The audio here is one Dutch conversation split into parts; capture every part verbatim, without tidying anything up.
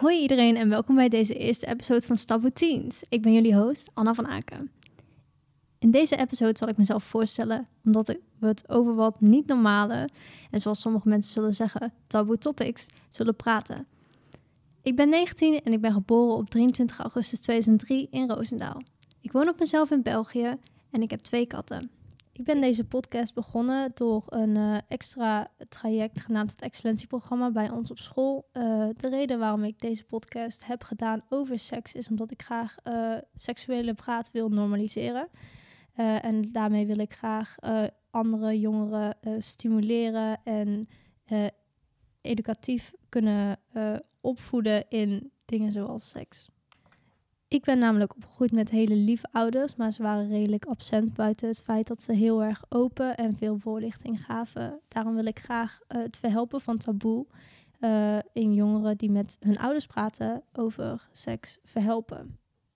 Hoi iedereen en welkom bij deze eerste episode van Taboe Teens. Ik ben jullie host, Anna van Aken. In deze episode zal ik mezelf voorstellen, omdat we het over wat niet normale, en zoals sommige mensen zullen zeggen, taboe topics, zullen praten. Ik ben negentien en ik ben geboren op drieëntwintig augustus tweeduizend drie in Roosendaal. Ik woon op mezelf in België en ik heb twee katten. Ik ben deze podcast begonnen door een uh, extra traject genaamd het Excellentieprogramma bij ons op school. Uh, de reden waarom ik deze podcast heb gedaan over seks is omdat ik graag uh, seksuele praat wil normaliseren. Uh, en daarmee wil ik graag uh, andere jongeren uh, stimuleren en uh, educatief kunnen uh, opvoeden in dingen zoals seks. Ik ben namelijk opgegroeid met hele lieve ouders, maar ze waren redelijk absent buiten het feit dat ze heel erg open en veel voorlichting gaven. Daarom wil ik graag uh, het verhelpen van taboe uh, in jongeren die met hun ouders praten over seks verhelpen.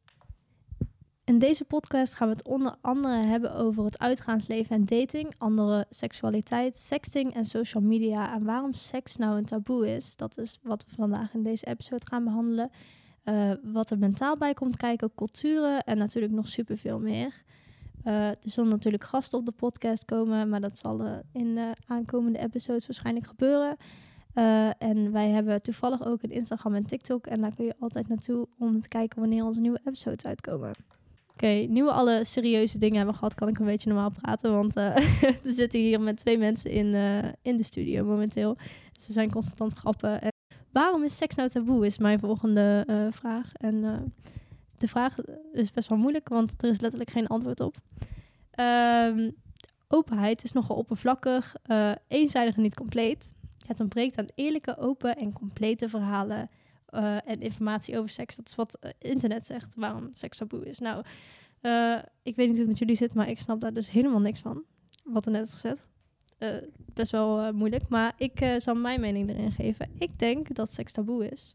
In deze podcast gaan we het onder andere hebben over het uitgaansleven en dating, andere seksualiteit, sexting en social media en waarom seks nou een taboe is. Dat is wat we vandaag in deze episode gaan behandelen. Uh, wat er mentaal bij komt kijken, culturen en natuurlijk nog superveel meer. Uh, er zullen natuurlijk gasten op de podcast komen, maar dat zal uh, in de aankomende episodes waarschijnlijk gebeuren. Uh, en wij hebben toevallig ook een Instagram en TikTok en daar kun je altijd naartoe om te kijken wanneer onze nieuwe episodes uitkomen. Oké, okay, nu we alle serieuze dingen hebben gehad, kan ik een beetje normaal praten, want uh, we zitten hier met twee mensen in, uh, in de studio momenteel. Dus we zijn constant grappen. En waarom is seks nou taboe, is mijn volgende uh, vraag. En uh, de vraag is best wel moeilijk, want er is letterlijk geen antwoord op. Um, openheid is nogal oppervlakkig, uh, eenzijdig en niet compleet. Het ontbreekt aan eerlijke, open en complete verhalen uh, en informatie over seks. Dat is wat uh, internet zegt, waarom seks taboe is. Nou, uh, ik weet niet hoe het met jullie zit, maar ik snap daar dus helemaal niks van, wat er net is gezegd. Uh, best wel uh, moeilijk, maar ik uh, zal mijn mening erin geven. Ik denk dat seks taboe is.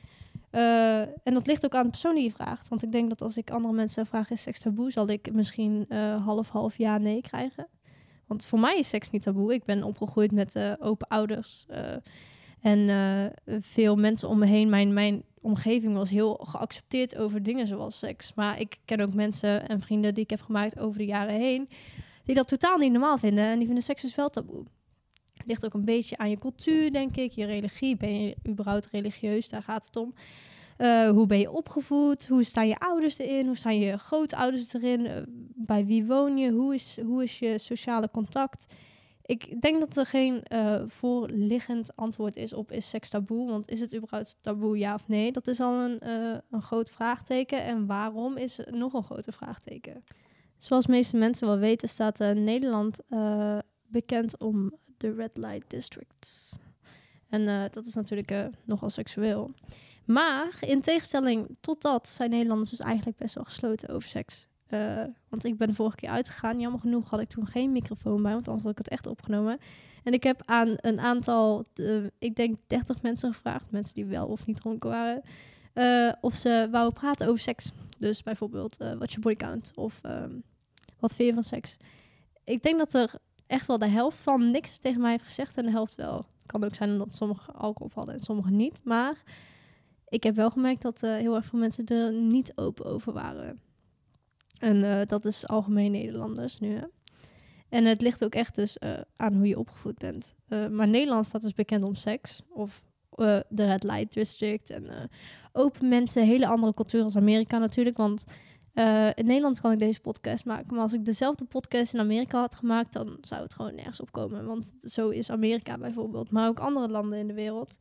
Uh, en dat ligt ook aan de persoon die je vraagt. Want ik denk dat als ik andere mensen vraag, is seks taboe, zal ik misschien uh, half-half ja, nee krijgen. Want voor mij is seks niet taboe. Ik ben opgegroeid met uh, open ouders. Uh, en uh, veel mensen om me heen. Mijn, mijn omgeving was heel geaccepteerd over dingen zoals seks. Maar ik ken ook mensen en vrienden die ik heb gemaakt over de jaren heen, die dat totaal niet normaal vinden. En die vinden seks dus wel taboe. Het ligt ook een beetje aan je cultuur, denk ik. Je religie. Ben je überhaupt religieus? Daar gaat het om. Uh, hoe ben je opgevoed? Hoe staan je ouders erin? Hoe staan je grootouders erin? Uh, bij wie woon je? Hoe is, hoe is je sociale contact? Ik denk dat er geen uh, voorliggend antwoord is op is seks taboe. Want is het überhaupt taboe, ja of nee? Dat is al een, uh, een groot vraagteken. En waarom is nog een groter vraagteken? Zoals de meeste mensen wel weten, staat uh, Nederland uh, bekend om de Red Light District. En uh, dat is natuurlijk uh, nogal seksueel. Maar in tegenstelling tot dat zijn Nederlanders dus eigenlijk best wel gesloten over seks. Uh, want ik ben de vorige keer uitgegaan. Jammer genoeg had ik toen geen microfoon bij, want anders had ik het echt opgenomen. En ik heb aan een aantal, uh, ik denk dertig mensen gevraagd, mensen die wel of niet dronken waren, uh, of ze wouden praten over seks. Dus bijvoorbeeld, uh, wat is je bodycount? Of um, wat vind je van seks? Ik denk dat er echt wel de helft van niks tegen mij heeft gezegd en de helft wel. Het kan ook zijn omdat sommigen alcohol hadden en sommigen niet. Maar ik heb wel gemerkt dat uh, heel erg veel mensen er niet open over waren. En uh, dat is algemeen Nederlanders nu, hè. En het ligt ook echt dus uh, aan hoe je opgevoed bent. Uh, maar Nederland staat dus bekend om seks. Of uh, de Red Light District. En uh, open mensen, hele andere cultuur als Amerika natuurlijk. Want uh, in Nederland kan ik deze podcast maken. Maar als ik dezelfde podcast in Amerika had gemaakt, dan zou het gewoon nergens opkomen. Want zo is Amerika bijvoorbeeld. Maar ook andere landen in de wereld.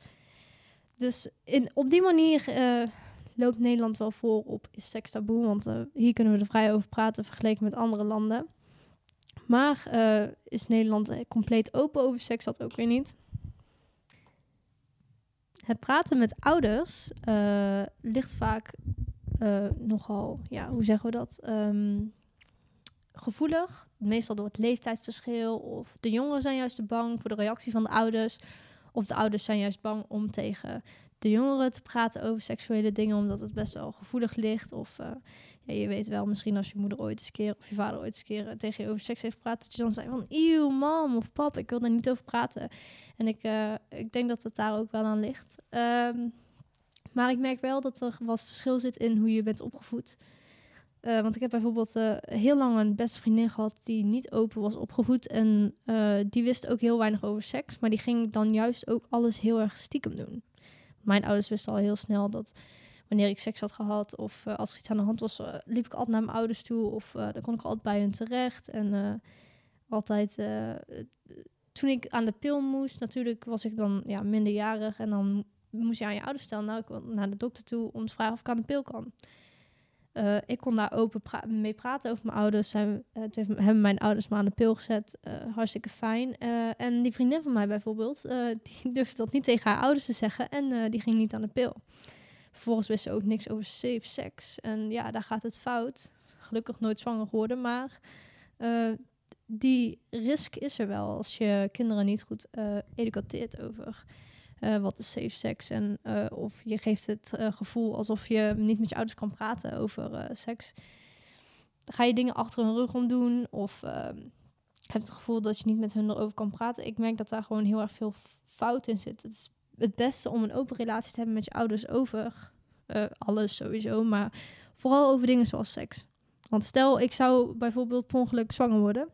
Dus in, op die manier uh, loopt Nederland wel voor op is seks taboe. Want uh, hier kunnen we er vrij over praten vergeleken met andere landen. Maar uh, is Nederland compleet open over seks? Dat ook weer niet. Het praten met ouders uh, ligt vaak uh, nogal, ja, hoe zeggen we dat? Um, gevoelig. Meestal door het leeftijdsverschil. Of de jongeren zijn juist te bang voor de reactie van de ouders. Of de ouders zijn juist bang om tegen de jongeren te praten over seksuele dingen, omdat het best wel gevoelig ligt. Of uh, ja, je weet wel, misschien als je moeder ooit eens keer of je vader ooit eens keer tegen je over seks heeft gepraat, dat je dan zei van, eeuw, mam of pap, ik wil daar niet over praten. En ik, uh, ik denk dat het daar ook wel aan ligt. Um, Maar ik merk wel dat er wat verschil zit in hoe je bent opgevoed. Uh, want ik heb bijvoorbeeld uh, heel lang een beste vriendin gehad die niet open was opgevoed. En uh, die wist ook heel weinig over seks. Maar die ging dan juist ook alles heel erg stiekem doen. Mijn ouders wisten al heel snel dat wanneer ik seks had gehad of uh, als er iets aan de hand was, uh, liep ik altijd naar mijn ouders toe. Of uh, dan kon ik altijd bij hun terecht. En uh, altijd, uh, toen ik aan de pil moest, natuurlijk was ik dan ja, minderjarig. En dan moest je aan je ouders vertellen, nou, ik wil naar de dokter toe om te vragen of ik aan de pil kan. Uh, ik kon daar open pra- mee praten over mijn ouders. Zijn, uh, toen hebben mijn ouders me aan de pil gezet. Uh, hartstikke fijn. Uh, en die vriendin van mij bijvoorbeeld, uh, die durfde dat niet tegen haar ouders te zeggen. En uh, die ging niet aan de pil. Vervolgens wist ze ook niks over safe seks. En ja, daar gaat het fout. Gelukkig nooit zwanger geworden, maar uh, die risk is er wel als je kinderen niet goed uh, educateert over Uh, wat is safe seks en uh, of je geeft het uh, gevoel alsof je niet met je ouders kan praten over uh, seks. Dan ga je dingen achter hun rug om doen of uh, heb het gevoel dat je niet met hun erover kan praten. Ik merk dat daar gewoon heel erg veel fout in zit. Het is het beste om een open relatie te hebben met je ouders over uh, alles sowieso, maar vooral over dingen zoals seks. Want stel, ik zou bijvoorbeeld per ongeluk zwanger worden.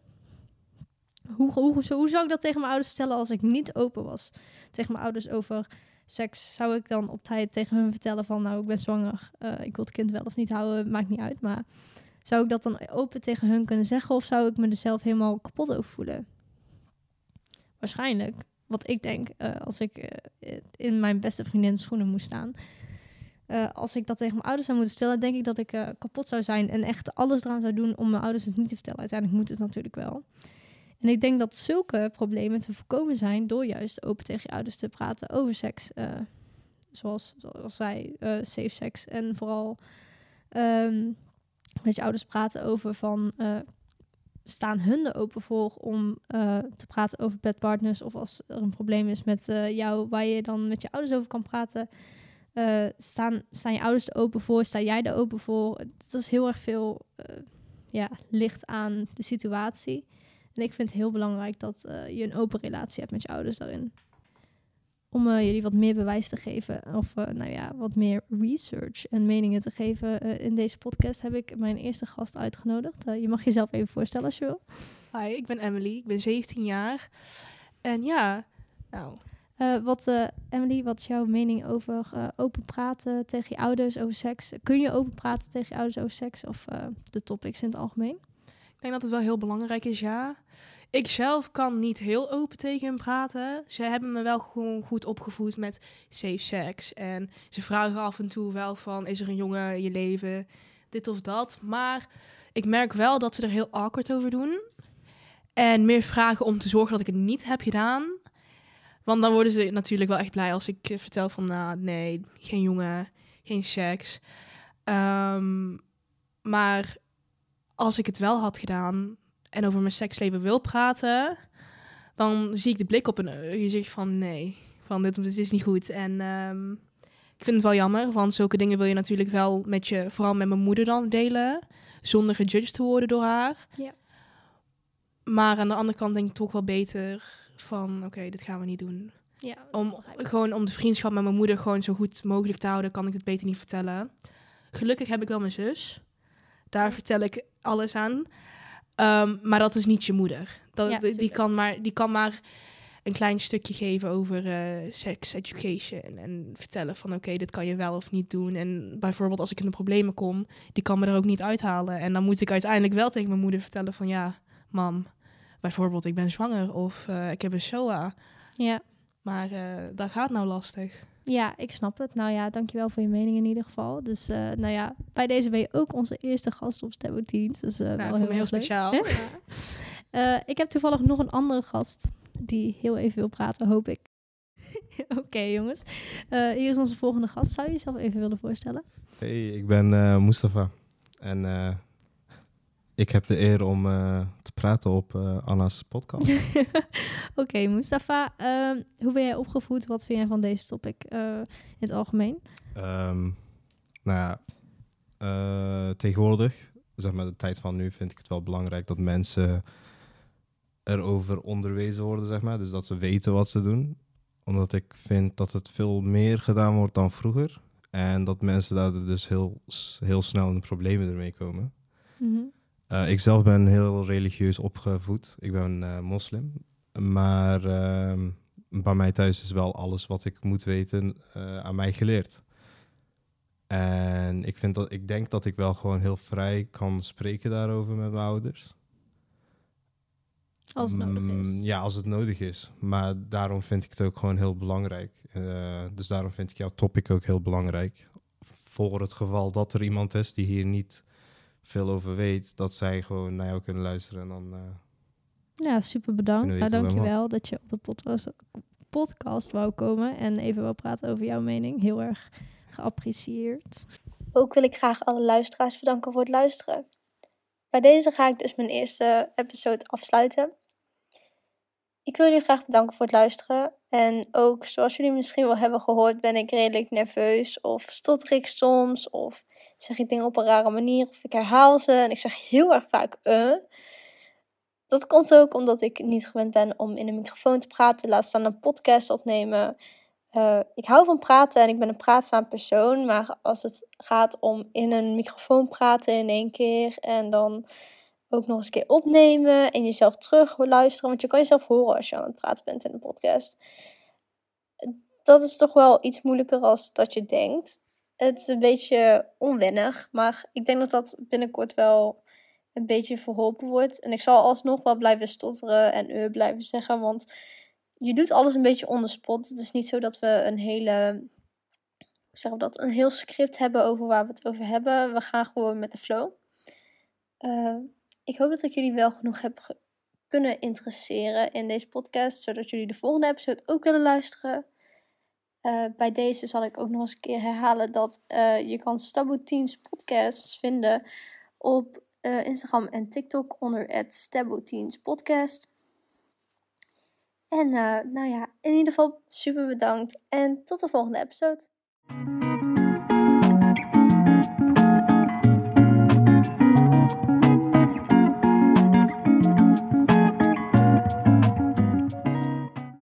Hoe, hoe, hoe zou ik dat tegen mijn ouders vertellen als ik niet open was tegen mijn ouders over seks? Zou ik dan op tijd tegen hun vertellen van, nou, ik ben zwanger, uh, ik wil het kind wel of niet houden, maakt niet uit. Maar zou ik dat dan open tegen hun kunnen zeggen of zou ik me er zelf helemaal kapot over voelen? Waarschijnlijk, wat ik denk, uh, als ik uh, in mijn beste vriendin schoenen moest staan. Uh, als ik dat tegen mijn ouders zou moeten vertellen, denk ik dat ik uh, kapot zou zijn en echt alles eraan zou doen om mijn ouders het niet te vertellen. Uiteindelijk moet het natuurlijk wel. En ik denk dat zulke problemen te voorkomen zijn door juist open tegen je ouders te praten over seks. Uh, zoals, zoals zij, uh, safe seks. En vooral um, met je ouders praten over van, uh, staan hun er open voor om uh, te praten over bedpartners. Of als er een probleem is met uh, jou waar je dan met je ouders over kan praten. Uh, staan, staan je ouders er open voor? Sta jij er open voor? Dat is heel erg veel uh, ja, licht aan de situatie. En ik vind het heel belangrijk dat uh, je een open relatie hebt met je ouders daarin. Om uh, jullie wat meer bewijs te geven of uh, nou ja, wat meer research en meningen te geven. Uh, in deze podcast heb ik mijn eerste gast uitgenodigd. Uh, je mag jezelf even voorstellen als je wil. Hi, ik ben Emily. Ik ben zeventien jaar. En ja, nou... Uh, wat, uh, Emily, wat is jouw mening over uh, open praten tegen je ouders over seks? Kun je open praten tegen je ouders over seks of uh, de topics in het algemeen? Ik denk dat het wel heel belangrijk is, ja. Ik zelf kan niet heel open tegen hen praten. Ze hebben me wel gewoon goed opgevoed met safe seks. En ze vragen af en toe wel van, is er een jongen in je leven? Dit of dat. Maar ik merk wel dat ze er heel awkward over doen. En meer vragen om te zorgen dat ik het niet heb gedaan. Want dan worden ze natuurlijk wel echt blij als ik vertel van, nou, nee, geen jongen, geen seks. Um, maar als ik het wel had gedaan en over mijn seksleven wil praten, dan zie ik de blik op een gezicht van, nee, van dit, dit is niet goed. En um, ik vind het wel jammer, want zulke dingen wil je natuurlijk wel met je, vooral met mijn moeder dan delen, zonder gejudged te worden door haar. Ja. Maar aan de andere kant denk ik toch wel beter van, oké, okay, dit gaan we niet doen. Ja, om, gewoon om de vriendschap met mijn moeder gewoon zo goed mogelijk te houden, kan ik het beter niet vertellen. Gelukkig heb ik wel mijn zus. Daar vertel ik alles aan. Um, maar dat is niet je moeder. Dat, ja, die, kan maar, die kan maar een klein stukje geven over uh, sex education. En vertellen van, oké, okay, dit kan je wel of niet doen. En bijvoorbeeld als ik in de problemen kom, die kan me er ook niet uithalen. En dan moet ik uiteindelijk wel tegen mijn moeder vertellen van, ja, mam, bijvoorbeeld ik ben zwanger of uh, ik heb een S O A. Ja. Maar uh, dat gaat nou lastig. Ja, ik snap het. Nou ja, dankjewel voor je mening in ieder geval. Dus uh, nou ja, bij deze ben je ook onze eerste gast op Stabbo-Teens. Dus uh, nou, wel heel, heel, heel speciaal. Ja. uh, ik heb toevallig nog een andere gast die heel even wil praten, hoop ik. Oké, okay, jongens. Uh, hier is onze volgende gast. Zou je jezelf even willen voorstellen? Hey, ik ben uh, Mustafa. En uh, ik heb de eer om uh, te praten op uh, Anna's podcast. Oké, okay, Mustafa. Uh, hoe ben jij opgevoed? Wat vind jij van deze topic uh, in het algemeen? Um, nou ja, uh, tegenwoordig, zeg maar de tijd van nu, vind ik het wel belangrijk dat mensen erover onderwezen worden, zeg maar. Dus dat ze weten wat ze doen. Omdat ik vind dat het veel meer gedaan wordt dan vroeger. En dat mensen daardoor dus heel, s- heel snel in de problemen ermee komen. Mhm. Uh, ik zelf ben heel religieus opgevoed. Ik ben uh, moslim. Maar uh, bij mij thuis is wel alles wat ik moet weten uh, aan mij geleerd. En ik, vind dat, ik denk dat ik wel gewoon heel vrij kan spreken daarover met mijn ouders. Als het nodig Mm, is. Ja, als het nodig is. Maar daarom vind ik het ook gewoon heel belangrijk. Uh, dus daarom vind ik jouw topic ook heel belangrijk. Voor het geval dat er iemand is die hier niet veel over weet, dat zij gewoon naar jou kunnen luisteren. En dan, uh, Ja, super bedankt. Kunnen we Nou, weten hoe dankjewel dat je op de podcast, podcast wou komen en even wou praten over jouw mening. Heel erg geapprecieerd. Ook wil ik graag alle luisteraars bedanken voor het luisteren. Bij deze ga ik dus mijn eerste episode afsluiten. Ik wil jullie graag bedanken voor het luisteren. En ook, zoals jullie misschien wel hebben gehoord, ben ik redelijk nerveus. Of stotter ik soms, of zeg ik dingen op een rare manier, of ik herhaal ze. En ik zeg heel erg vaak eh. Dat komt ook omdat ik niet gewend ben om in een microfoon te praten. Laat staan een podcast opnemen. Uh, ik hou van praten en ik ben een praatzaam persoon. Maar als het gaat om in een microfoon praten in één keer en dan ook nog eens een keer opnemen en jezelf terug luisteren. Want je kan jezelf horen als je aan het praten bent in een podcast. Dat is toch wel iets moeilijker als dat je denkt. Het is een beetje onwennig, maar ik denk dat dat binnenkort wel een beetje verholpen wordt. En ik zal alsnog wel blijven stotteren en uh blijven zeggen, want je doet alles een beetje on the spot. Het is niet zo dat we een hele, hoe zeggen we dat, een heel script hebben over waar we het over hebben. We gaan gewoon met de flow. Uh, ik hoop dat ik jullie wel genoeg heb ge- kunnen interesseren in deze podcast, zodat jullie de volgende episode ook willen luisteren. Uh, bij deze zal ik ook nog eens een keer herhalen dat uh, je kan Staboteens podcasts vinden op uh, Instagram en TikTok onder at Staboteens podcast. En uh, nou ja, in ieder geval super bedankt en tot de volgende episode.